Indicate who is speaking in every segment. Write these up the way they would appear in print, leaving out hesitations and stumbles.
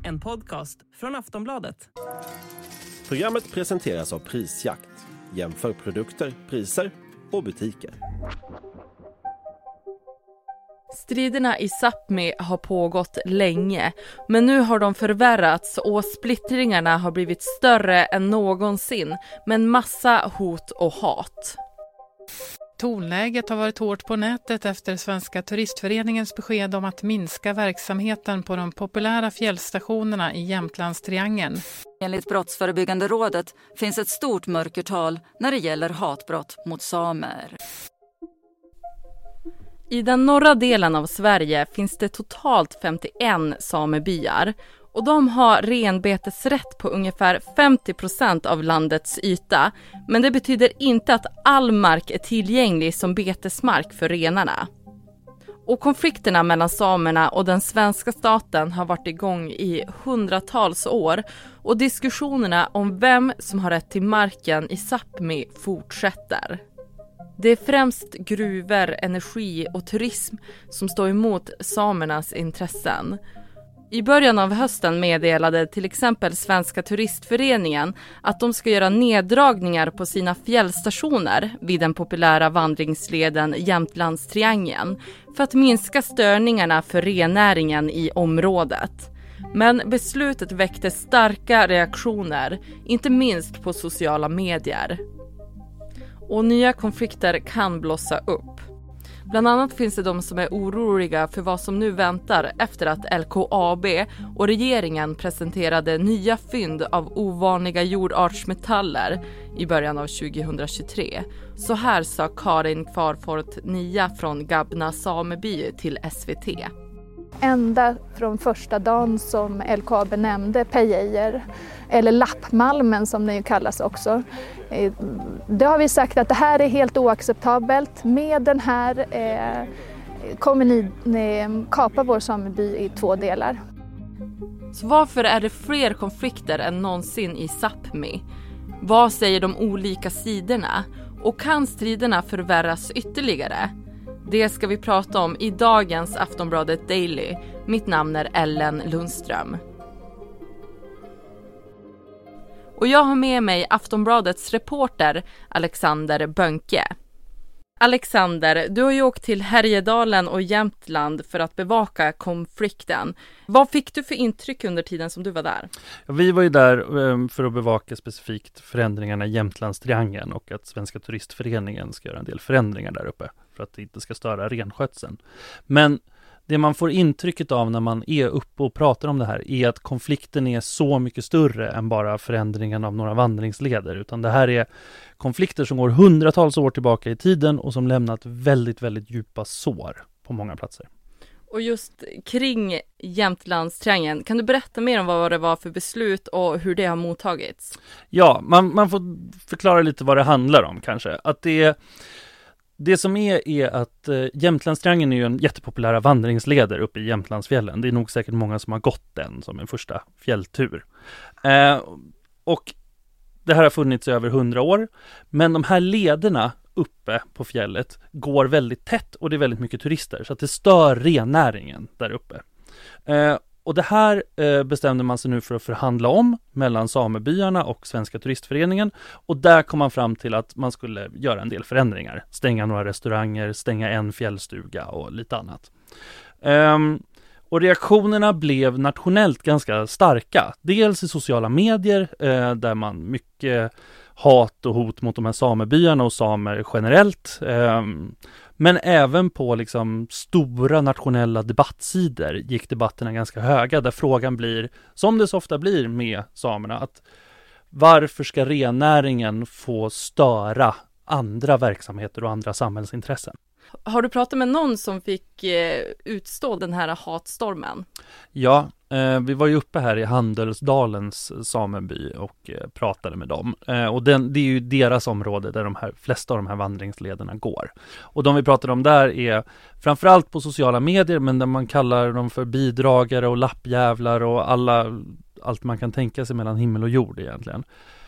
Speaker 1: En podcast från Aftonbladet.
Speaker 2: Programmet presenteras av Prisjakt. Jämför produkter, priser och butiker.
Speaker 3: Striderna i Sápmi har pågått länge, men nu har de förvärrats och splittringarna har blivit större än någonsin med en massa hot och hat.
Speaker 4: Tonläget har varit hårt på nätet efter Svenska turistföreningens besked om att minska verksamheten på de populära fjällstationerna i Jämtlandstriangeln.
Speaker 5: Enligt Brottsförebyggande rådet finns ett stort mörkertal när det gäller hatbrott mot samer.
Speaker 3: I den norra delen av Sverige finns det totalt 51 samebyar och de har renbetesrätt på ungefär 50% av landets yta, men det betyder inte att all mark är tillgänglig som betesmark för renarna. Och konflikterna mellan samerna och den svenska staten har varit igång i hundratals år och diskussionerna om vem som har rätt till marken i Sápmi fortsätter. Det är främst gruvor, energi och turism som står emot samernas intressen. I början av hösten meddelade till exempel Svenska turistföreningen att de ska göra neddragningar på sina fjällstationer vid den populära vandringsleden Jämtlandstriangeln för att minska störningarna för rennäringen i området. Men beslutet väckte starka reaktioner, inte minst på sociala medier. Och nya konflikter kan blossa upp. Bland annat finns det de som är oroliga för vad som nu väntar efter att LKAB och regeringen presenterade nya fynd av ovanliga jordartsmetaller i början av 2023. Så här sa Karin Kvarfort Nia från Gabna sameby till SVT.
Speaker 6: Ända från första dagen som LKAB nämnde Pejejer, eller lappmalmen som den kallas också. Det har vi sagt att det här är helt oacceptabelt. Med den här kommer ni kapa vår sameby i 2 delar.
Speaker 3: Så varför är det fler konflikter än någonsin i Sápmi? Vad säger de olika sidorna? Och kan striderna förvärras ytterligare? Det ska vi prata om i dagens Aftonbladet Daily. Mitt namn är Ellen Lundström. Och jag har med mig Aftonbladets reporter Alexander Bönke. Alexander, du har ju åkt till Härjedalen och Jämtland för att bevaka konflikten. Vad fick du för intryck under tiden som du var där?
Speaker 7: Vi var ju där för att bevaka specifikt förändringarna i Jämtlandstriangeln och att Svenska turistföreningen ska göra en del förändringar där uppe för att det inte ska störa renskötseln. Men det man får intrycket av när man är uppe och pratar om det här är att konflikten är så mycket större än bara förändringen av några vandringsleder, utan det här är konflikter som går hundratals år tillbaka i tiden och som lämnat väldigt, väldigt djupa sår på många platser.
Speaker 3: Och just kring Jämtlandstriangeln, kan du berätta mer om vad det var för beslut och hur det har mottagits?
Speaker 7: Ja, man får förklara lite vad det handlar om kanske. Att det som är att Jämtlandstriangeln är ju en jättepopulära vandringsleder uppe i Jämtlandsfjällen. Det är nog säkert många som har gått den som en första fjälltur. Och det här har funnits i över 100 år. Men de här lederna uppe på fjället går väldigt tätt och det är väldigt mycket turister. Så att det stör rennäringen där uppe. Och det här bestämde man sig nu för att förhandla om mellan samebyarna och Svenska turistföreningen. Och där kom man fram till att man skulle göra en del förändringar. Stänga några restauranger, stänga en fjällstuga och lite annat. Och reaktionerna blev nationellt ganska starka. Dels i sociala medier där man mycket hat och hot mot de här samebyarna och samer generellt. Men även på liksom stora nationella debattsidor gick debatterna ganska höga där frågan blir, som det så ofta blir med samerna, att varför ska rennäringen få störa andra verksamheter och andra samhällsintressen?
Speaker 3: Har du pratat med någon som fick utstå den här hatstormen?
Speaker 7: Ja, vi var ju uppe här i Handelsdalens sameby och pratade med dem. Och det är ju deras område där de flesta av de här vandringslederna går. Och de vi pratade om där är framförallt på sociala medier, men där man kallar dem för bidragare och lappjävlar och allt man kan tänka sig mellan himmel och jord egentligen.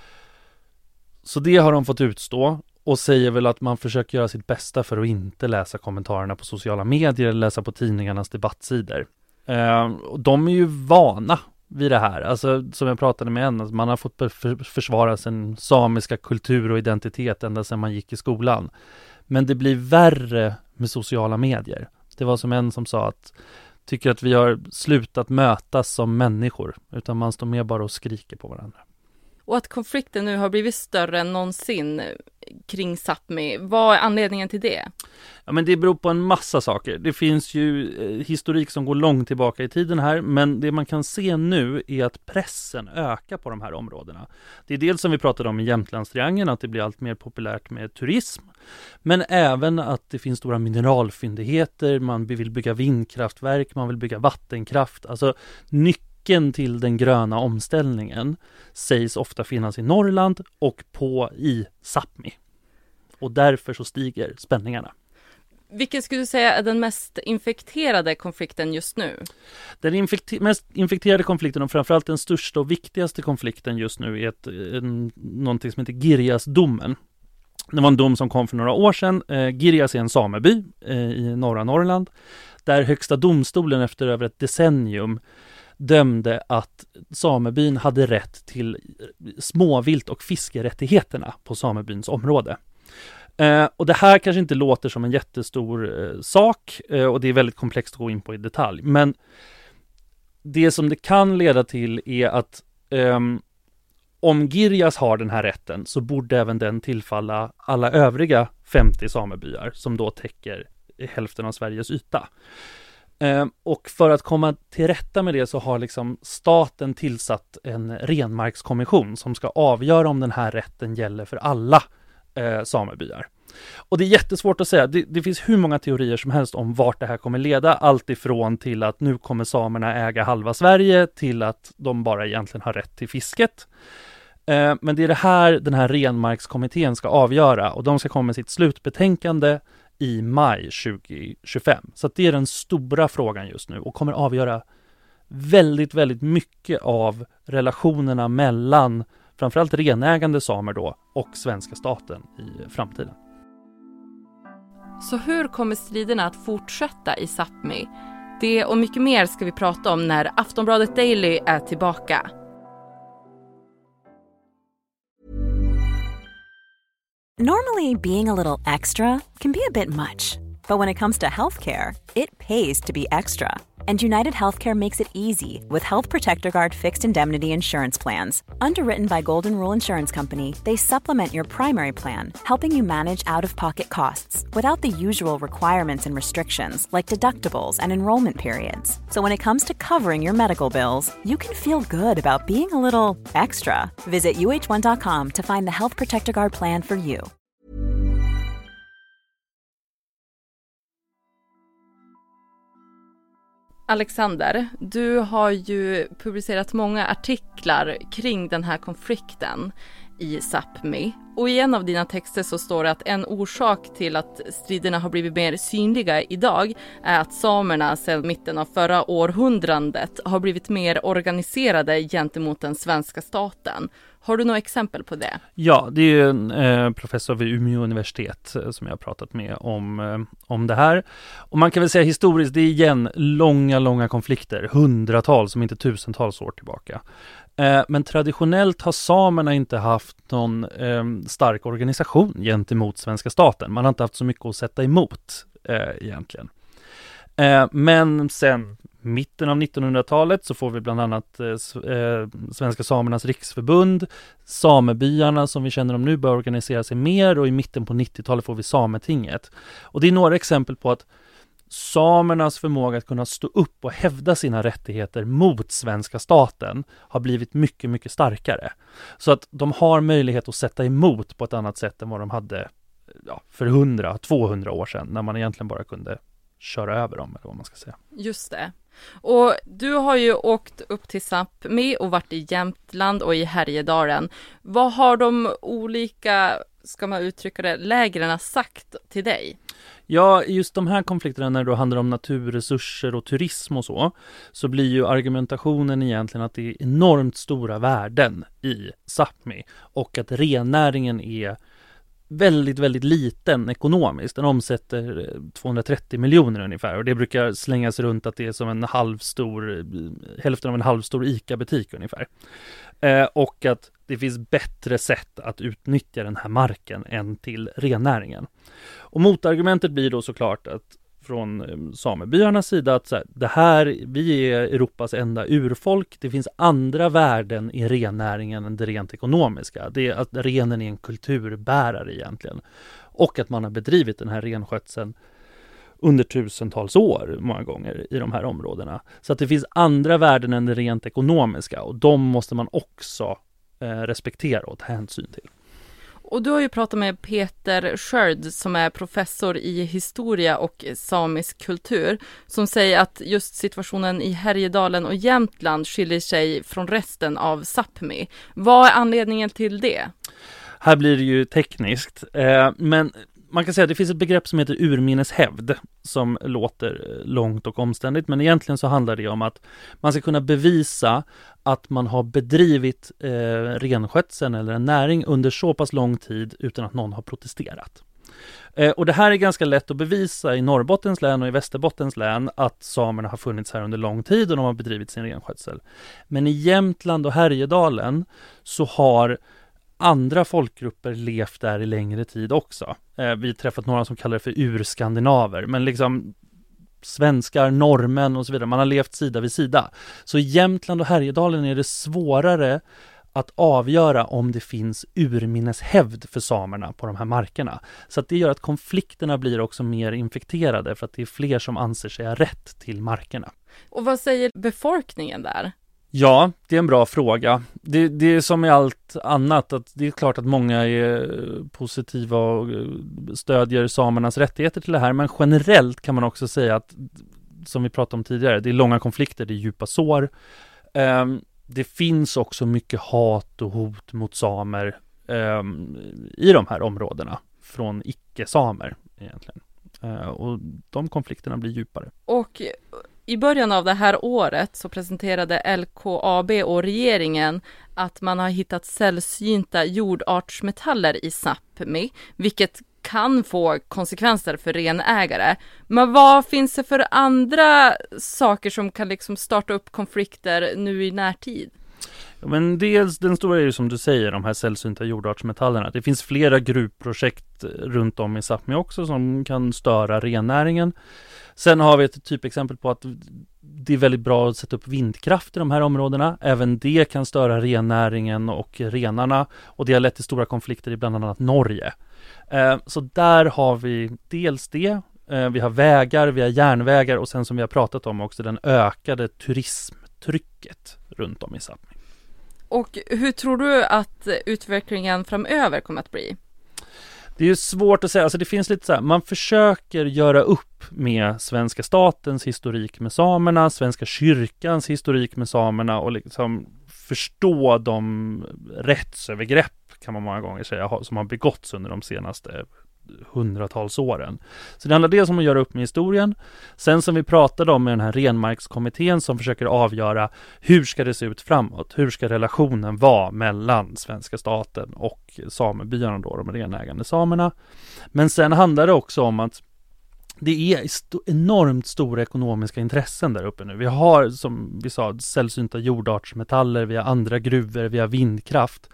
Speaker 7: Så det har de fått utstå. Och säger väl att man försöker göra sitt bästa för att inte läsa kommentarerna på sociala medier eller läsa på tidningarnas debattsidor. De är ju vana vid det här. Alltså som jag pratade med en, man har fått försvara sin samiska kultur och identitet ända sedan man gick i skolan. Men det blir värre med sociala medier. Det var som en som sa att tycker att vi har slutat mötas som människor, utan man står mer bara och skriker på varandra.
Speaker 3: Och att konflikten nu har blivit större än någonsin kring Sápmi. Vad är anledningen till det?
Speaker 7: Ja, men det beror på en massa saker. Det finns ju historik som går långt tillbaka i tiden här, men det man kan se nu är att pressen ökar på de här områdena. Det är dels som vi pratade om i Jämtlandstriangeln, att det blir allt mer populärt med turism, men även att det finns stora mineralfyndigheter, man vill bygga vindkraftverk, man vill bygga vattenkraft, alltså nyckeln till den gröna omställningen sägs ofta finnas i Norrland och i Sápmi. Och därför så stiger spänningarna.
Speaker 3: Vilken skulle du säga är den mest infekterade konflikten just nu?
Speaker 7: Den mest infekterade konflikten och framförallt den största och viktigaste konflikten just nu är någonting som heter Girjasdomen. Det var en dom som kom för några år sedan. Girjas är en sameby i norra Norrland, där högsta domstolen efter över ett decennium dömde att samebyn hade rätt till småvilt och fiskerättigheterna på samebyns område. Och det här kanske inte låter som en jättestor sak och det är väldigt komplext att gå in på i detalj. Men det som det kan leda till är att om Girjas har den här rätten så borde även den tillfalla alla övriga 50 samebyar som då täcker hälften av Sveriges yta. Och för att komma till rätta med det så har liksom staten tillsatt en renmarkskommission som ska avgöra om den här rätten gäller för alla samebyar. Och det är jättesvårt att säga. Det finns hur många teorier som helst om vart det här kommer leda. Allt ifrån till att nu kommer samerna äga halva Sverige till att de bara egentligen har rätt till fisket. Men det är det här den här renmarkskommittén ska avgöra och de ska komma med sitt slutbetänkande i maj 2025. Så att det är den stora frågan just nu och kommer avgöra väldigt, väldigt mycket av relationerna mellan framförallt renägande samer då och svenska staten i framtiden.
Speaker 3: Så hur kommer striderna att fortsätta i Sápmi? Det och mycket mer ska vi prata om när Aftonbladet Daily är tillbaka.
Speaker 8: Normally, being a little extra can be a bit much, but when it comes to healthcare, it pays to be extra. And United Healthcare makes it easy with Health Protector Guard fixed indemnity insurance plans. Underwritten by Golden Rule Insurance Company, they supplement your primary plan, helping you manage out-of-pocket costs without the usual requirements and restrictions like deductibles and enrollment periods. So when it comes to covering your medical bills, you can feel good about being a little extra. Visit uh1.com to find the Health Protector Guard plan for you.
Speaker 3: Alexander, du har ju publicerat många artiklar kring den här konflikten i Sápmi. Och i en av dina texter så står det att en orsak till att striderna har blivit mer synliga idag är att samerna sedan mitten av förra århundradet har blivit mer organiserade gentemot den svenska staten. Har du några exempel på det? Ja, det är en professor vid Umeå universitet som jag har pratat med om det här. Och man kan väl säga historiskt, det är igen långa konflikter, hundratals om inte tusentals år tillbaka. Men traditionellt har samerna inte haft någon stark organisation gentemot svenska staten. Man har inte haft så mycket att sätta emot egentligen. Men sen mitten av 1900-talet så får vi bland annat Svenska samernas riksförbund, samebyarna som vi känner dem nu bör organisera sig mer och i mitten på 90-talet får vi Sametinget. Och det är några exempel på att samernas förmåga att kunna stå upp och hävda sina rättigheter mot svenska staten har blivit mycket, mycket starkare. Så att de har möjlighet att sätta emot på ett annat sätt än vad de hade för 100-200 år sedan när man egentligen bara kunde köra över dem, eller vad man ska säga. Just det. Och du har ju åkt upp till Sápmi och varit i Jämtland och i Härjedalen. Vad har de olika, ska man uttrycka det, lägren sagt till dig? Ja, just de här konflikterna när det handlar om naturresurser och turism och så blir ju argumentationen egentligen att det är enormt stora värden i Sápmi och att rennäringen är
Speaker 7: väldigt, väldigt liten ekonomiskt. Den omsätter 230 miljoner ungefär och det brukar slängas runt att det är som hälften av en halvstor ICA-butik ungefär. Och att det finns bättre sätt att utnyttja den här marken än till rennäringen. Och motargumentet blir då såklart att från samebyarnas sida att vi är Europas enda urfolk. Det finns andra värden i rennäringen än det rent ekonomiska. Det är att renen är en kulturbärare egentligen. Och att man har bedrivit den här renskötseln under tusentals år många gånger i de här områdena. Så att det finns andra värden än det rent ekonomiska och de måste man också respektera och ta hänsyn till.
Speaker 3: Och du har ju pratat med Peter Skörd som är professor i historia och samisk kultur som säger att just situationen i Härjedalen och Jämtland skiljer sig från resten av Sápmi. Vad är anledningen till det?
Speaker 7: Här blir det ju tekniskt, men man kan säga att det finns ett begrepp som heter urminneshävd som låter långt och omständigt, men egentligen så handlar det om att man ska kunna bevisa att man har bedrivit renskötseln eller en näring under så pass lång tid utan att någon har protesterat. Och det här är ganska lätt att bevisa i Norrbottens län och i Västerbottens län att samerna har funnits här under lång tid och de har bedrivit sin renskötsel. Men i Jämtland och Härjedalen så har andra folkgrupper levt där i längre tid också. Vi har träffat några som kallar det för urskandinaver, men liksom svenskar, norrmän och så vidare. Man har levt sida vid sida. Så i Jämtland och Härjedalen är det svårare att avgöra om det finns urminneshävd för samerna på de här markerna. Så att det gör att konflikterna blir också mer infekterade för att det är fler som anser sig ha rätt till markerna.
Speaker 3: Och vad säger befolkningen där?
Speaker 7: Ja, det är en bra fråga. Det är som i allt annat att det är klart att många är positiva och stödjer samernas rättigheter till det här. Men generellt kan man också säga att, som vi pratade om tidigare, det är långa konflikter, det är djupa sår. Det finns också mycket hat och hot mot samer i de här områdena från icke-samer egentligen. Och de konflikterna blir djupare.
Speaker 3: Och i början av det här året så presenterade LKAB och regeringen att man har hittat sällsynta jordartsmetaller i Sápmi, vilket kan få konsekvenser för renägare. Men vad finns det för andra saker som kan liksom starta upp konflikter nu i närtid?
Speaker 7: Ja, men dels den stora är ju som du säger, de här sällsynta jordartsmetallerna. Det finns flera gruvprojekt runt om i Sápmi också som kan störa rennäringen. Sen har vi ett typexempel på att det är väldigt bra att sätta upp vindkraft i de här områdena. Även det kan störa rennäringen och renarna. Och det har lett till stora konflikter i bland annat Norge. Så där har vi dels det. Vi har vägar, vi har järnvägar och sen som vi har pratat om också den ökade turismtrycket runt om i Sápmi.
Speaker 3: Och hur tror du att utvecklingen framöver kommer att bli?
Speaker 7: Det är ju svårt att säga, alltså det finns lite så här, man försöker göra upp med svenska statens historik med samerna, svenska kyrkans historik med samerna och liksom förstå de rättsövergrepp kan man många gånger säga som har begåtts under de senaste hundratals åren. Så det handlar dels om att göra upp med historien. Sen som vi pratade om med den här renmarkskommittén som försöker avgöra hur ska det se ut framåt? Hur ska relationen vara mellan svenska staten och samebyarna då, de renägande samerna? Men sen handlar det också om att det är enormt stora ekonomiska intressen där uppe nu. Vi har, som vi sa, sällsynta jordartsmetaller, vi har andra gruvor, vi har vindkraft.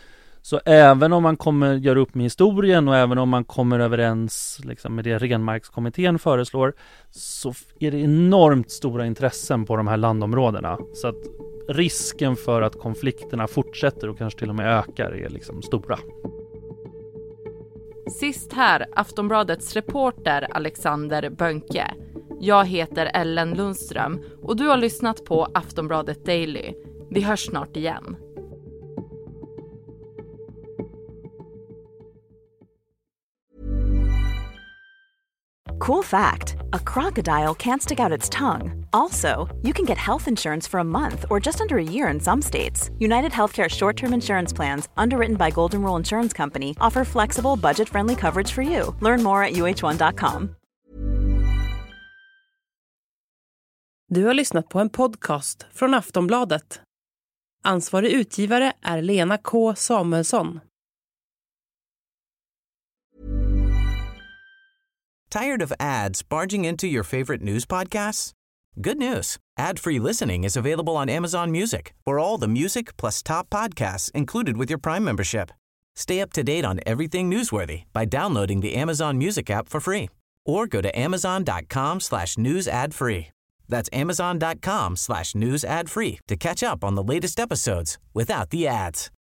Speaker 7: Så även om man kommer göra upp med historien och även om man kommer överens liksom, med det renmarkskommittén föreslår så är det enormt stora intressen på de här landområdena. Så att risken för att konflikterna fortsätter och kanske till och med ökar är liksom stora.
Speaker 3: Sist här, Aftonbladets reporter Alexander Bönke. Jag heter Ellen Lundström och du har lyssnat på Aftonbladet Daily. Vi hörs snart igen.
Speaker 8: Cool fact, a crocodile can't stick out its tongue. Also, you can get health insurance for a month or just under a year in some states. United Healthcare short-term insurance plans, underwritten by Golden Rule Insurance Company, offer flexible, budget-friendly coverage for you. Learn more at uh1.com.
Speaker 1: Du har lyssnat på en podcast från Aftonbladet. Ansvarig utgivare är Lena K. Samuelsson.
Speaker 9: Tired of ads barging into your favorite news podcasts? Good news. Ad-free listening is available on Amazon Music for all the music plus top podcasts included with your Prime membership. Stay up to date on everything newsworthy by downloading the Amazon Music app for free or go to amazon.com/news ad free. That's amazon.com/news ad free to catch up on the latest episodes without the ads.